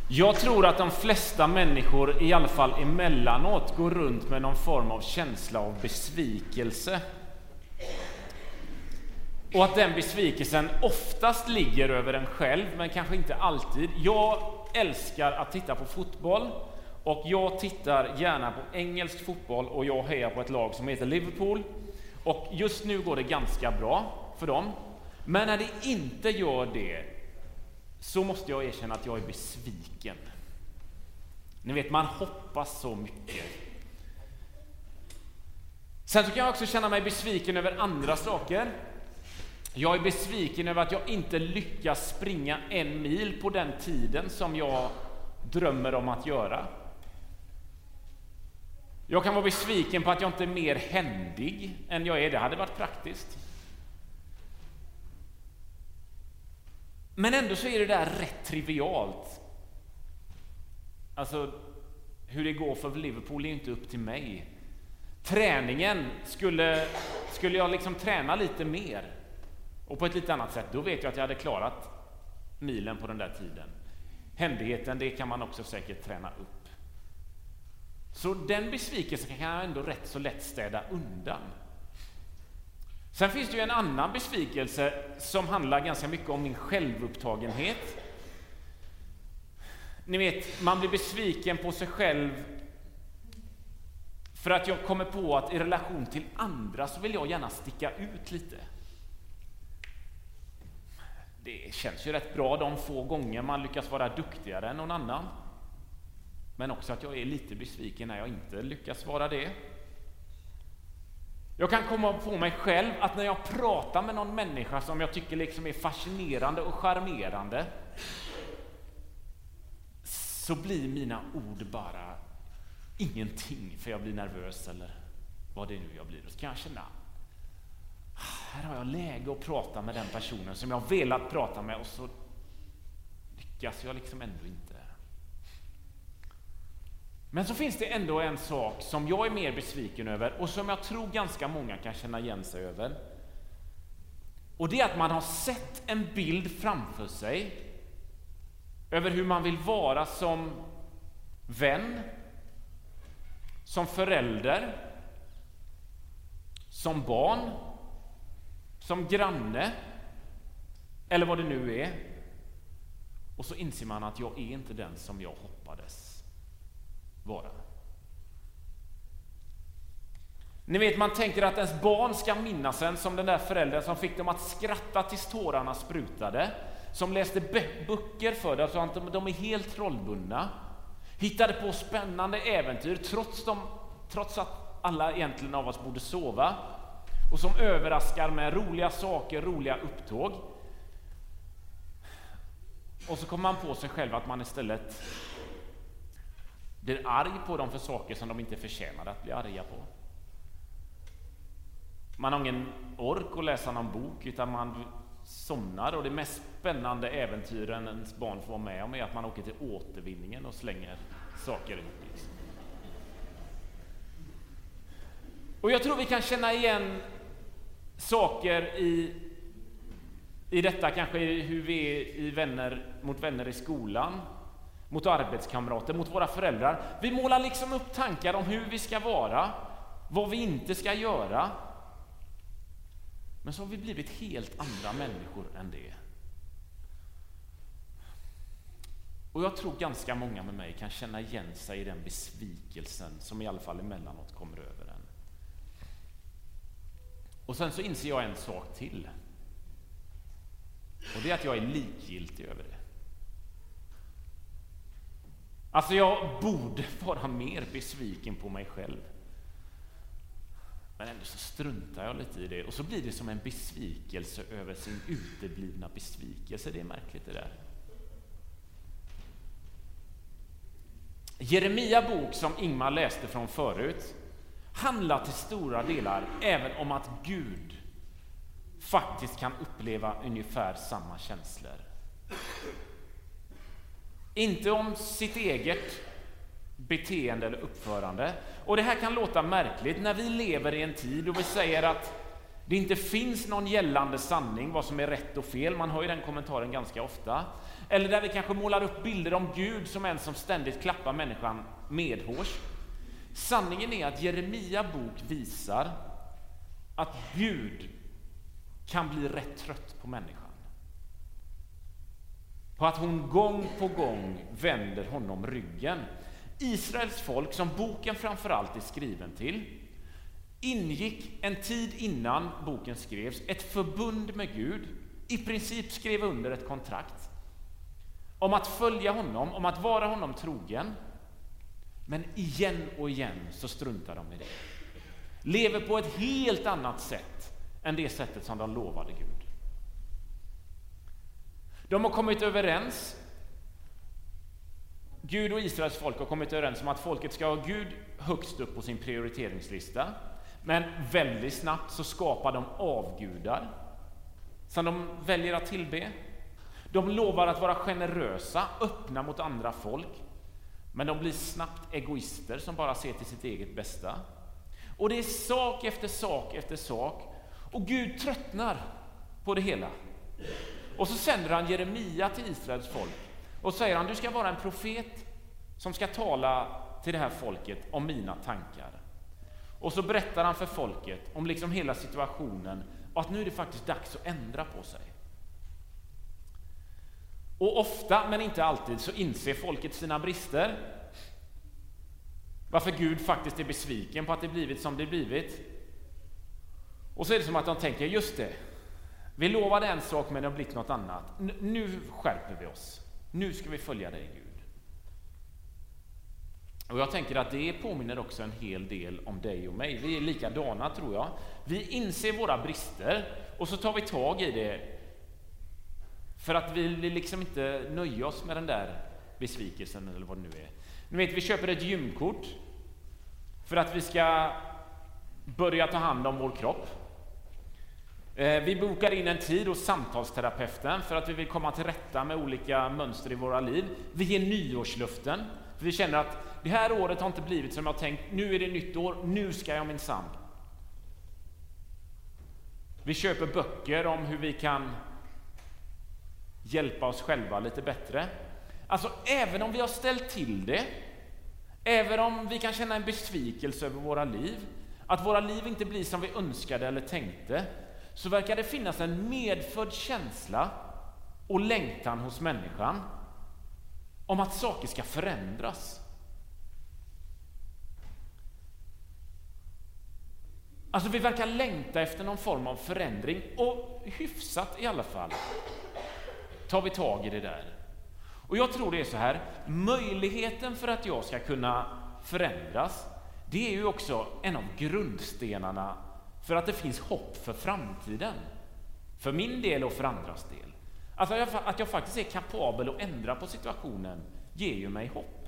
Jag tror att de flesta människor, i alla fall emellanåt, går runt med någon form av känsla av besvikelse. Och att den besvikelsen oftast ligger över en själv, men kanske inte alltid. Jag älskar att titta på fotboll, och jag tittar gärna på engelsk fotboll, och jag hejar på ett lag som heter Liverpool. Och just nu går det ganska bra för dem. Men när det inte gör det, så måste jag erkänna att jag är besviken. Ni vet, man hoppas så mycket. Sen så kan jag också känna mig besviken över andra saker. Jag är besviken över att jag inte lyckas springa 1 mil på den tiden som jag drömmer om att göra. Jag kan vara besviken på att jag inte är mer händig än jag är. Det hade varit praktiskt. Men ändå så är det där rätt trivialt. Alltså, hur det går för Liverpool är inte upp till mig. Träningen, skulle jag liksom träna lite mer och på ett lite annat sätt, då vet jag att jag hade klarat milen på den där tiden. Händigheten, det kan man också säkert träna upp. Så den besvikelsen kan jag ändå rätt så lätt städa undan. Sen finns det ju en annan besvikelse som handlar ganska mycket om min självupptagenhet. Ni vet, man blir besviken på sig själv för att jag kommer på att i relation till andra så vill jag gärna sticka ut lite. Det känns ju rätt bra de få gånger man lyckas vara duktigare än någon annan. Men också att jag är lite besviken när jag inte lyckas vara det. Jag kan komma på mig själv att när jag pratar med någon människa som jag tycker liksom är fascinerande och charmerande, så blir mina ord bara ingenting, för jag blir nervös eller vad det är nu jag blir. Och så kan jag känna, här har jag läge att prata med den personen som jag velat prata med, och så lyckas jag liksom ändå inte. Men så finns det ändå en sak som jag är mer besviken över och som jag tror ganska många kan känna igen sig över. Och det är att man har sett en bild framför sig över hur man vill vara som vän, som förälder, som barn, som granne eller vad det nu är. Och så inser man att jag är inte den som jag hoppades vara. Ni vet, man tänker att ens barn ska minnas en som den där föräldern som fick dem att skratta tills tårarna sprutade, som läste böcker för dem så att de är helt trollbundna, hittade på spännande äventyr trots att alla egentligen av oss borde sova, och som överraskar med roliga saker, roliga upptåg. Och så kommer man på sig själv att man istället blir arg på dem för saker som de inte förtjänar att bli arga på. Man har ingen ork att läsa någon bok, utan man somnar, och det mest spännande äventyren ens barn får vara med om är att man åker till återvinningen och slänger saker ut. Och jag tror vi kan känna igen saker i detta, kanske hur vi är mot vänner i skolan, mot arbetskamrater, mot våra föräldrar. Vi målar liksom upp tankar om hur vi ska vara, vad vi inte ska göra. Men så har vi blivit helt andra människor än det. Och jag tror ganska många med mig kan känna igen sig i den besvikelsen som i alla fall emellanåt kommer över en. Och sen så inser jag en sak till. Och det är att jag är likgiltig över det. Alltså, jag borde vara mer besviken på mig själv. Men ändå så struntar jag lite i det. Och så blir det som en besvikelse över sin uteblivna besvikelse. Det är märkligt det där. Jeremia bok som Ingmar läste från förut handlar till stora delar även om att Gud faktiskt kan uppleva ungefär samma känslor. Inte om sitt eget beteende eller uppförande. Och det här kan låta märkligt när vi lever i en tid och vi säger att det inte finns någon gällande sanning, vad som är rätt och fel. Man hör ju den kommentaren ganska ofta. Eller där vi kanske målar upp bilder om Gud som en som ständigt klappar människan medhårs. Sanningen är att Jeremia bok visar att Gud kan bli rätt trött på människan. På att hon gång på gång vänder honom ryggen. Israels folk, som boken framförallt är skriven till, ingick en tid innan boken skrevs ett förbund med Gud. I princip skrev under ett kontrakt om att följa honom, om att vara honom trogen. Men igen och igen så struntar de i det. Lever på ett helt annat sätt än det sättet som de lovade Gud. De har kommit överens, Gud och Israels folk har kommit överens om att folket ska ha Gud högst upp på sin prioriteringslista. Men väldigt snabbt så skapar de avgudar som de väljer att tillbe. De lovar att vara generösa, öppna mot andra folk. Men de blir snabbt egoister som bara ser till sitt eget bästa. Och det är sak efter sak efter sak. Och Gud tröttnar på det hela. Och så sänder han Jeremia till Israels folk. Och säger han, du ska vara en profet som ska tala till det här folket om mina tankar. Och så berättar han för folket om liksom hela situationen. Och att nu är det faktiskt dags att ändra på sig. Och ofta, men inte alltid, så inser folket sina brister. Varför Gud faktiskt är besviken på att det blivit som det blivit. Och så är det som att de tänker, just det. Vi lovade en sak men det har blivit något annat. Nu skärper vi oss. Nu ska vi följa dig, Gud. Och jag tänker att det påminner också en hel del om dig och mig. Vi är likadana, tror jag. Vi inser våra brister och så tar vi tag i det. För att vi liksom inte nöjer oss med den där besvikelsen eller vad det nu är. Ni vet, vi köper ett gymkort för att vi ska börja ta hand om vår kropp. Vi bokar in en tid hos samtalsterapeuten för att vi vill komma till rätta med olika mönster i våra liv. Vi ger nyårsluften. För vi känner att det här året har inte blivit som jag tänkt. Nu är det nytt år, nu ska jag minsann. Vi köper böcker om hur vi kan hjälpa oss själva lite bättre. Alltså, även om vi har ställt till det, även om vi kan känna en besvikelse över våra liv, att våra liv inte blir som vi önskade eller tänkte, så verkar det finnas en medfödd känsla och längtan hos människan om att saker ska förändras. Alltså, vi verkar längta efter någon form av förändring, och hyfsat i alla fall tar vi tag i det där. Och jag tror det är så här, möjligheten för att jag ska kunna förändras, det är ju också en av grundstenarna för att det finns hopp för framtiden. För min del och för andras del. Alltså att jag faktiskt är kapabel att ändra på situationen ger ju mig hopp.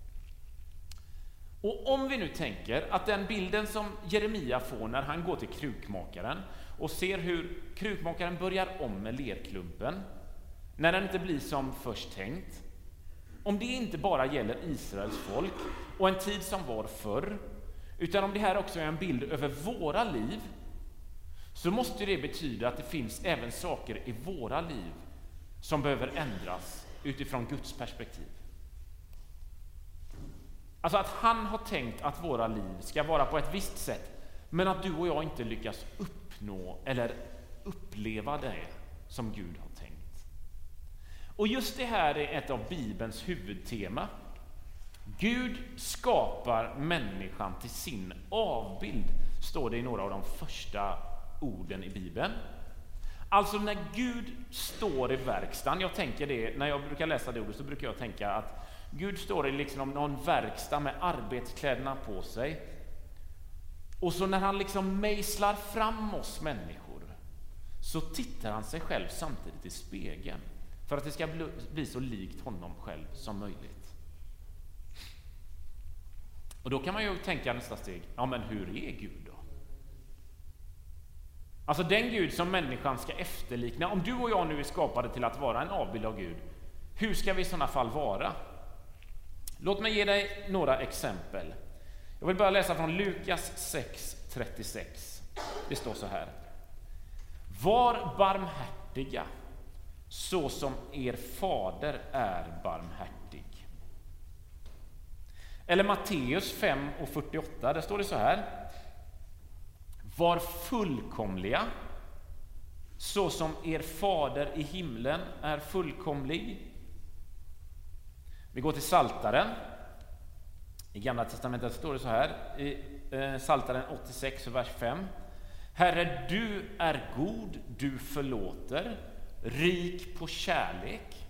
Och om vi nu tänker att den bilden som Jeremia får när han går till krukmakaren och ser hur krukmakaren börjar om med lerklumpen, när den inte blir som först tänkt, om det inte bara gäller Israels folk och en tid som var förr, utan om det här också är en bild över våra liv, så måste det betyda att det finns även saker i våra liv som behöver ändras utifrån Guds perspektiv. Alltså att han har tänkt att våra liv ska vara på ett visst sätt, men att du och jag inte lyckas uppnå eller uppleva det som Gud har tänkt. Och just det här är ett av Bibelns huvudtema. Gud skapar människan till sin avbild, står det i några av de första orden i Bibeln. Alltså när Gud står i verkstaden, jag tänker det, när jag brukar läsa det ordet så brukar jag tänka att Gud står i liksom någon verkstad med arbetskläderna på sig. Och så när han liksom mejslar fram oss människor, så tittar han sig själv samtidigt i spegeln. För att det ska bli så likt honom själv som möjligt. Och då kan man ju tänka nästa steg, ja men hur är Gud då? Alltså den Gud som människan ska efterlikna, om du och jag nu är skapade till att vara en avbild av Gud, hur ska vi i sådana fall vara? Låt mig ge dig några exempel. Jag vill börja läsa från Lukas 6:36. Det står så här. Var barmhärtiga, så som er fader är barmhärtig. Eller Matteus 5:48, där står det så här: var fullkomliga, så som er fader i himlen är fullkomlig. Vi går till Psaltaren. I Gamla testamentet står det så här i Psaltaren 86 vers 5: Herre, du är god, du förlåter, rik på kärlek.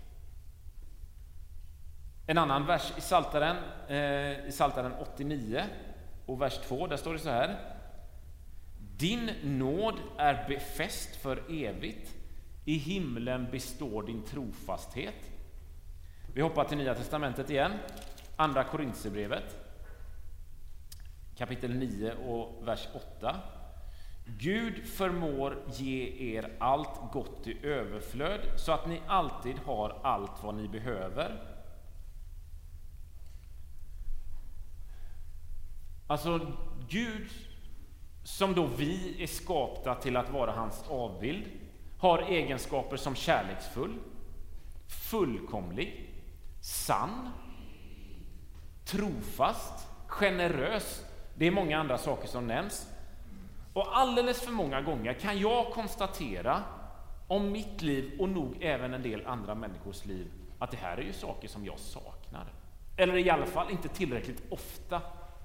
En annan vers i Psaltaren 89 och vers 2, där står det så här: din nåd är befäst för evigt, i himlen består din trofasthet. Vi hoppar till Nya testamentet igen, Andra Korinthierbrevet kapitel 9 och vers 8. Gud förmår ge er allt gott i överflöd, så att ni alltid har allt vad ni behöver. Alltså Gud, som då vi är skapta till att vara hans avbild, har egenskaper som kärleksfull, fullkomlig, sann, trofast, generös. Det är många andra saker som nämns. Och alldeles för många gånger kan jag konstatera om mitt liv, och nog även en del andra människors liv, att det här är ju saker som jag saknar. Eller i alla fall inte tillräckligt ofta.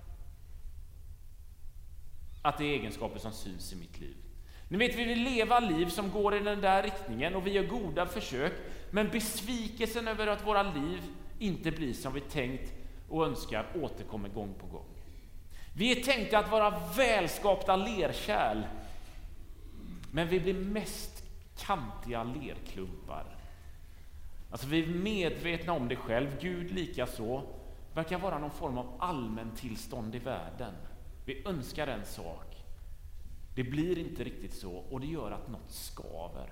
Att det är egenskaper som syns i mitt liv. Ni vet, vi vill leva liv som går i den där riktningen, och vi gör goda försök, men besvikelsen över att våra liv inte blir som vi tänkt och önskar återkommer gång på gång. Vi är tänkta att vara välskapta lerkärl, men vi blir mest kantiga lerklumpar. Alltså vi är medvetna om det själv, Gud lika så, verkar vara någon form av allmän tillstånd i världen. Vi önskar en sak, det blir inte riktigt så, och det gör att något skaver.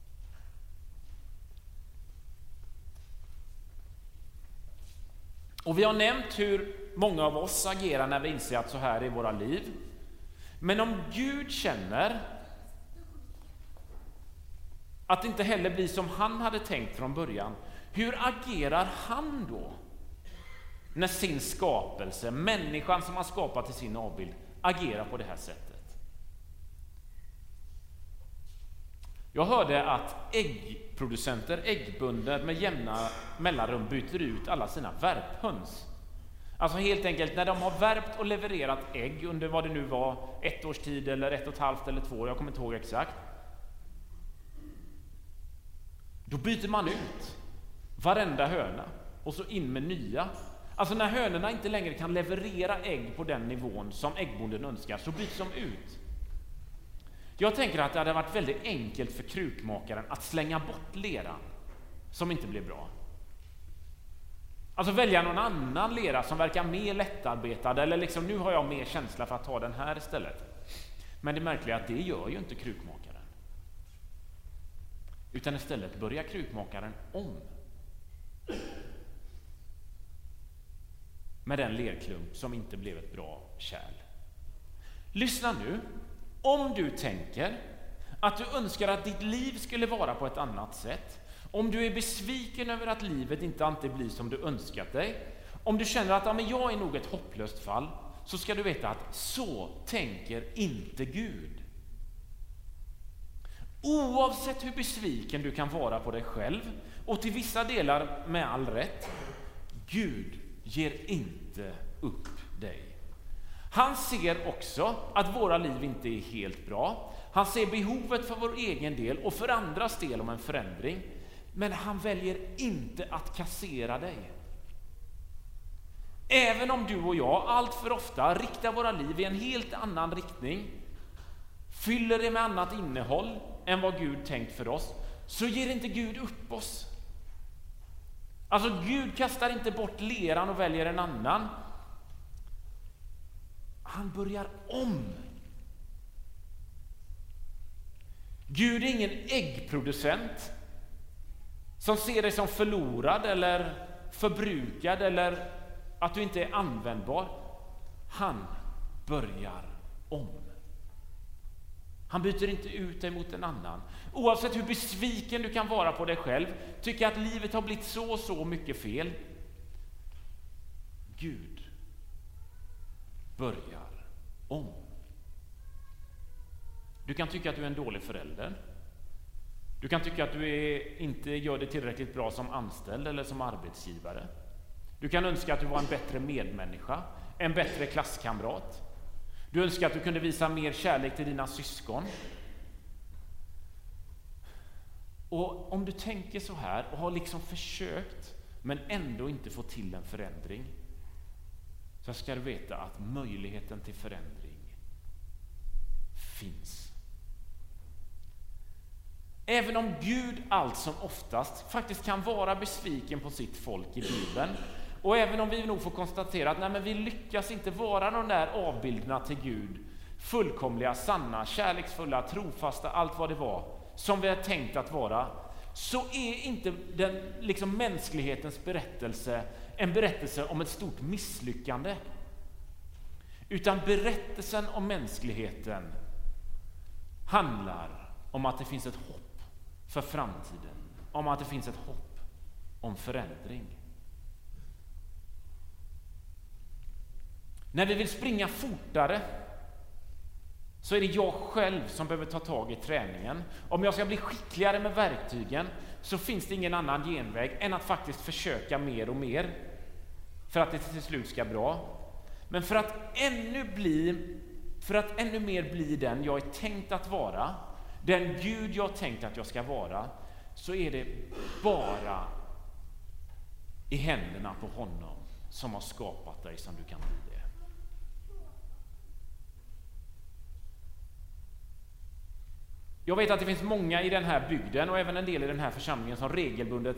Och vi har nämnt hur många av oss agerar när vi inser att så här är våra liv. Men om Gud känner att det inte heller blir som han hade tänkt från början, hur agerar han då? När sin skapelse, människan som han skapat till sin avbild, agerar på det här sättet. Jag hörde att äggproducenter, äggbönder med jämna mellanrum byter ut alla sina värphöns. Alltså helt enkelt när de har värpt och levererat ägg under vad det nu var, 1 års tid eller 1,5 eller 2 år, jag kommer inte ihåg exakt. Då byter man ut varenda höna och så in med nya. Alltså när hönorna inte längre kan leverera ägg på den nivån som äggbonden önskar, så byts de ut. Jag tänker att det hade varit väldigt enkelt för krukmakaren att slänga bort leran som inte blev bra. Alltså välja någon annan lera som verkar mer lättarbetad, eller liksom nu har jag mer känsla för att ta den här istället. Men det märkliga är att det gör ju inte krukmakaren. Utan istället börjar krukmakaren om med den lerklump som inte blev ett bra kärl. Lyssna nu. Om du tänker att du önskar att ditt liv skulle vara på ett annat sätt, om du är besviken över att livet inte alltid blir som du önskat dig, om du känner att men jag är nog ett hopplöst fall, så ska du veta att så tänker inte Gud. Oavsett hur besviken du kan vara på dig själv, och till vissa delar med all rätt, Gud ger inte upp dig. Han ser också att våra liv inte är helt bra. Han ser behovet för vår egen del och för andras del om en förändring. Men han väljer inte att kassera dig. Även om du och jag allt för ofta riktar våra liv i en helt annan riktning, fyller det med annat innehåll än vad Gud tänkt för oss, så ger inte Gud upp oss. Alltså Gud kastar inte bort leran och väljer en annan. Han börjar om. Gud är ingen äggproducent som ser dig som förlorad eller förbrukad eller att du inte är användbar. Han börjar om. Han byter inte ut dig mot en annan. Oavsett hur besviken du kan vara på dig själv, tycker att livet har blivit så mycket fel. Gud börjar om. Du kan tycka att du är en dålig förälder. Du kan tycka att du inte gör det tillräckligt bra som anställd eller som arbetsgivare. Du kan önska att du var en bättre medmänniska, en bättre klasskamrat. Du önskar att du kunde visa mer kärlek till dina syskon. Och om du tänker så här och har liksom försökt men ändå inte fått till en förändring, så ska du veta att möjligheten till förändring finns. Även om Gud allt som oftast faktiskt kan vara besviken på sitt folk i Bibeln, och även om vi nog får konstatera att nej, men vi lyckas inte vara de där avbilderna till Gud, fullkomliga, sanna, kärleksfulla, trofasta, allt vad det var som vi har tänkt att vara, så är inte den liksom mänsklighetens berättelse en berättelse om ett stort misslyckande, utan berättelsen om mänskligheten handlar om att det finns ett hopp för framtiden, om att det finns ett hopp om förändring. När vi vill springa fortare så är det jag själv som behöver ta tag i träningen. Om jag ska bli skickligare med verktygen så finns det ingen annan genväg än att faktiskt försöka mer och mer för att det till slut ska bra. Men för att ännu mer bli den jag är tänkt att vara, den Gud jag tänkt att jag ska vara, så är det bara i händerna på honom som har skapat dig som du kan bli det. Jag vet att det finns många i den här bygden och även en del i den här församlingen som regelbundet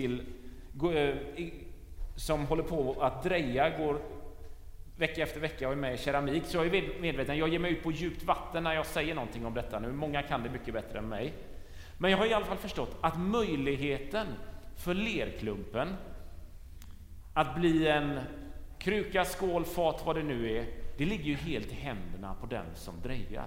som håller på att dreja, går vecka efter vecka och är med i keramik. Så jag är medveten, jag ger mig ut på djupt vatten när jag säger någonting om detta nu. Många kan det mycket bättre än mig. Men jag har i alla fall förstått att möjligheten för lerklumpen att bli en kruka, skål, fat, vad det nu är, det ligger ju helt i händerna på den som drejar.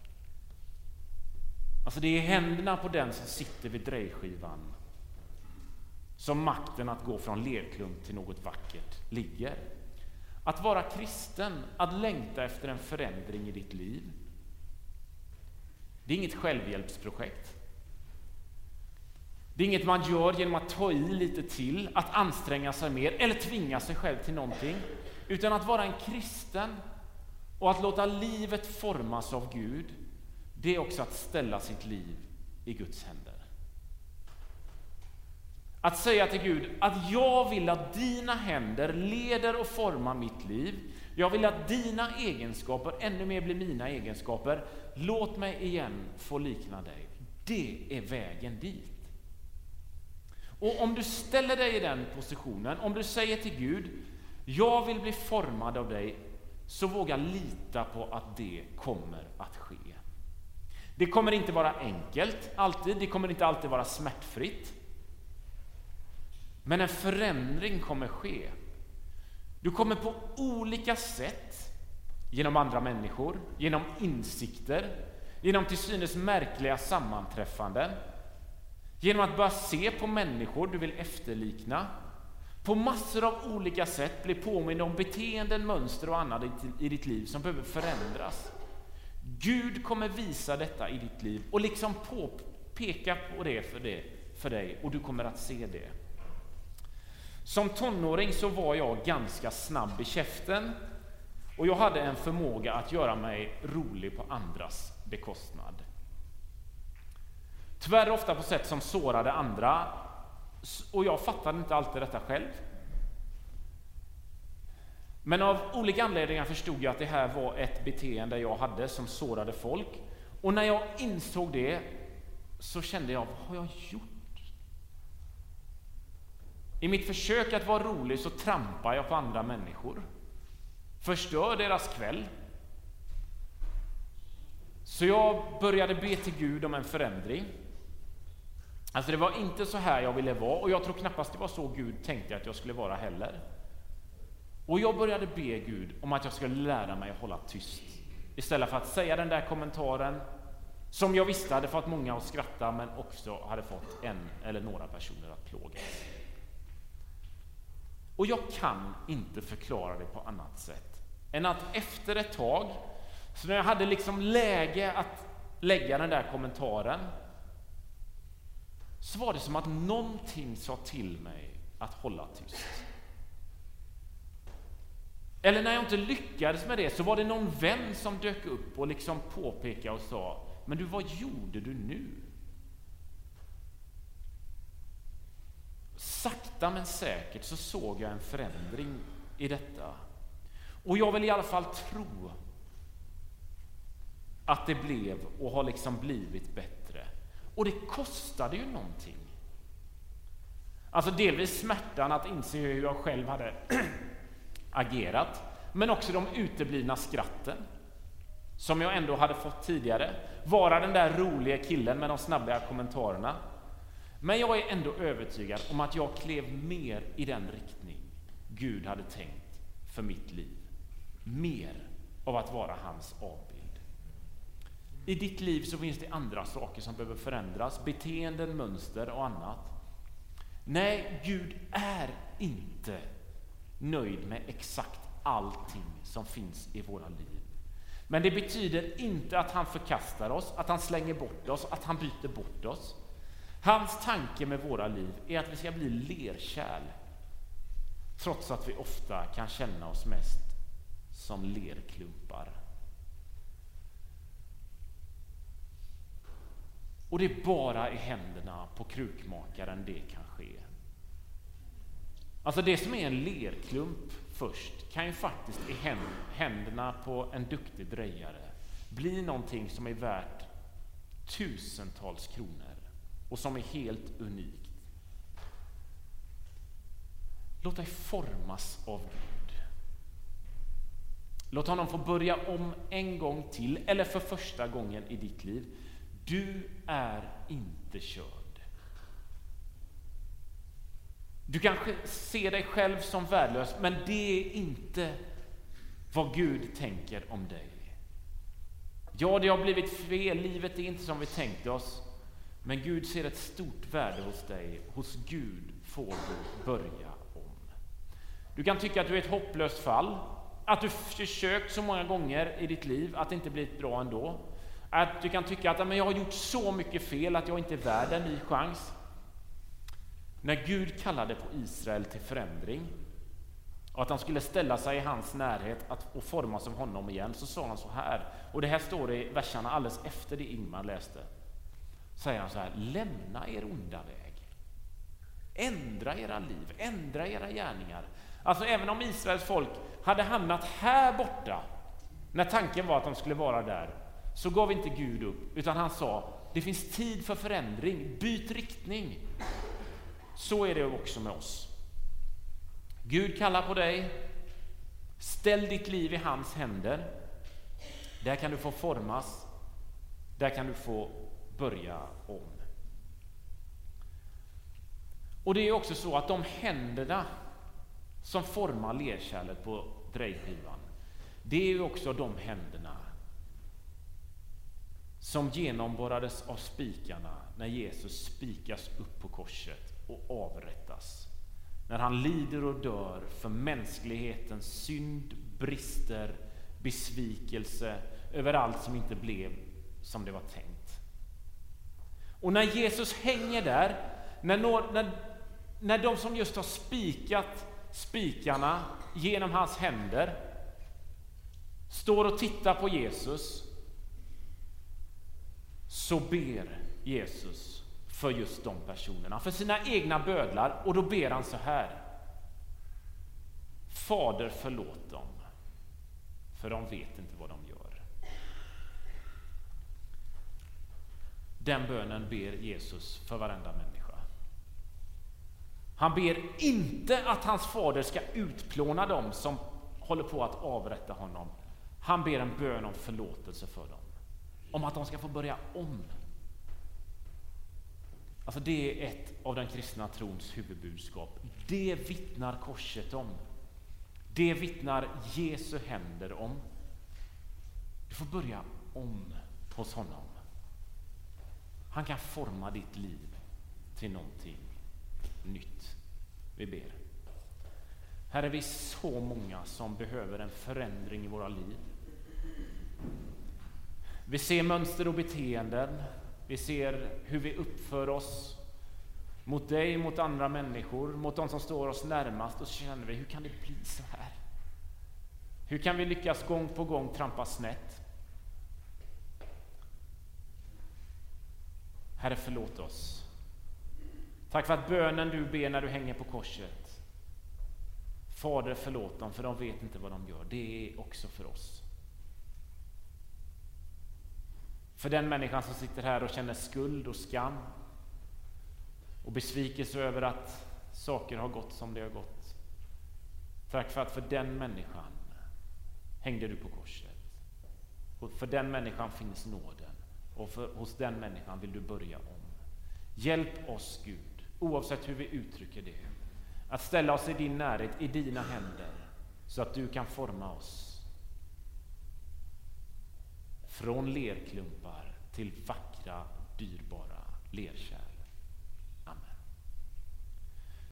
Alltså det är händerna på den som sitter vid drejskivan som makten att gå från lerklump till något vackert ligger. Att vara kristen, att längta efter en förändring i ditt liv, det är inget självhjälpsprojekt. Det är inget man gör genom att ta i lite till, att anstränga sig mer eller tvinga sig själv till någonting, utan att vara en kristen och att låta livet formas av Gud, det är också att ställa sitt liv i Guds händer. Att säga till Gud att jag vill att dina händer leder och formar mitt liv. Jag vill att dina egenskaper ännu mer blir mina egenskaper. Låt mig igen få likna dig. Det är vägen dit. Och om du ställer dig i den positionen, om du säger till Gud, jag vill bli formad av dig, så våga lita på att det kommer att ske. Det kommer inte vara enkelt alltid, det kommer inte alltid vara smärtfritt. Men en förändring kommer ske. Du kommer på olika sätt, genom andra människor, genom insikter, genom till synes märkliga sammanträffanden, genom att bara se på människor du vill efterlikna, på massor av olika sätt bli påmind om beteenden, mönster och annat i ditt liv som behöver förändras. Gud kommer visa detta i ditt liv och liksom peka på det för dig, och du kommer att se det. Som tonåring så var jag ganska snabb i käften och jag hade en förmåga att göra mig rolig på andras bekostnad. Tyvärr ofta på sätt som sårade andra, och jag fattade inte alltid detta själv. Men av olika anledningar förstod jag att det här var ett beteende jag hade som sårade folk. Och när jag insåg det så kände jag, vad har jag gjort? I mitt försök att vara rolig så trampar jag på andra människor. Förstör deras kväll. Så jag började be till Gud om en förändring. Alltså det var inte så här jag ville vara, och jag tror knappast det var så Gud tänkte att jag skulle vara heller. Och jag började be Gud om att jag skulle lära mig att hålla tyst. Istället för att säga den där kommentaren, som jag visste hade fått många att skratta, men också hade fått en eller några personer att plågas. Och jag kan inte förklara det på annat sätt än att efter ett tag, så när jag hade liksom läge att lägga den där kommentaren, så var det som att någonting sa till mig att hålla tyst. Eller när jag inte lyckades med det, så var det någon vän som dök upp och liksom påpekade och sa: men du, vad gjorde du nu? Sakta men säkert så såg jag en förändring i detta. Och jag vill i alla fall tro att det blev och har liksom blivit bättre. Och det kostade ju någonting. Alltså delvis smärtan att inse hur jag själv hade agerat, men också de uteblivna skratten som jag ändå hade fått tidigare. Vara den där roliga killen med de snabba kommentarerna. Men jag är ändå övertygad om att jag klev mer i den riktning Gud hade tänkt för mitt liv. Mer av att vara hans avbild. I ditt liv så finns det andra saker som behöver förändras. Beteenden, mönster och annat. Nej, Gud är inte nöjd med exakt allting som finns i våra liv. Men det betyder inte att han förkastar oss, att han slänger bort oss, att han byter bort oss. Hans tanke med våra liv är att vi ska bli lerkärl, trots att vi ofta kan känna oss mest som lerklumpar. Och det är bara i händerna på krukmakaren det kan ske. Alltså det som är en lerklump först kan ju faktiskt i händerna på en duktig drejare bli någonting som är värt tusentals kronor och som är helt unikt. Låt dig formas av Gud. Låt honom få börja om en gång till, eller för första gången i ditt liv. Du är inte körd. Du kanske ser dig själv som värdelös, men det är inte vad Gud tänker om dig. Ja, det har blivit fel, livet är inte som vi tänkte oss, men Gud ser ett stort värde hos dig. Hos Gud får du börja om. Du kan tycka att du är ett hopplöst fall, att du försökt så många gånger i ditt liv att det inte blivit bra ändå. Att du kan tycka att men jag har gjort så mycket fel att jag inte är värd en ny chans. När Gud kallade på Israel till förändring och att han skulle ställa sig i hans närhet och formas av honom igen, så sa han så här, och det här står i verserna alldeles efter det Ingmar läste. Säger han så här: lämna er onda väg, ändra era liv, ändra era gärningar. Alltså även om Israels folk hade hamnat här borta när tanken var att de skulle vara där, så gav inte Gud upp, utan han sa: det finns tid för förändring, byt riktning. Så är det också med oss. Gud kallar på dig, ställ ditt liv i hans händer. Där kan du få formas, där kan du få börja om. Och det är också så att de händerna som formar lerkärlet på drejskivan, det är ju också de händerna som genomborrades av spikarna när Jesus spikas upp på korset och avrättas. När han lider och dör för mänsklighetens synd, brister, besvikelse över allt som inte blev som det var tänkt. Och när Jesus hänger där, när de som just har spikat spikarna genom hans händer står och tittar på Jesus, så ber Jesus för just de personerna, för sina egna bödlar, och då ber han så här: Fader, förlåt dem, för de vet inte vad de gör. Den bönen ber Jesus för varenda människa. Han ber inte att hans fader ska utplåna dem som håller på att avrätta honom. Han ber en bön om förlåtelse för dem, om att de ska få börja om. Alltså det är ett av den kristna trons huvudbudskap. Det vittnar korset om. Det vittnar Jesu händer om. Du får börja om hos honom. Han kan forma ditt liv till någonting nytt. Vi ber. Herre, vi är så många som behöver en förändring i våra liv. Vi ser mönster och beteenden. Vi ser hur vi uppför oss mot dig, mot andra människor, mot de som står oss närmast, och så känner vi, hur kan det bli så här? Hur kan vi lyckas gång på gång trampa snett? Herre, förlåt oss. Tack för att bönen du ber när du hänger på korset. Fader, förlåt dem, för de vet inte vad de gör. Det är också för oss. För den människan som sitter här och känner skuld och skam och besvikelse över att saker har gått som det har gått. Tack för att för den människan hängde du på korset. Och för den människan finns nåden. Och hos den människan vill du börja om. Hjälp oss, Gud, oavsett hur vi uttrycker det, att ställa oss i din närhet, i dina händer, så att du kan forma oss från lerklumpar till vackra, dyrbara lerkärl.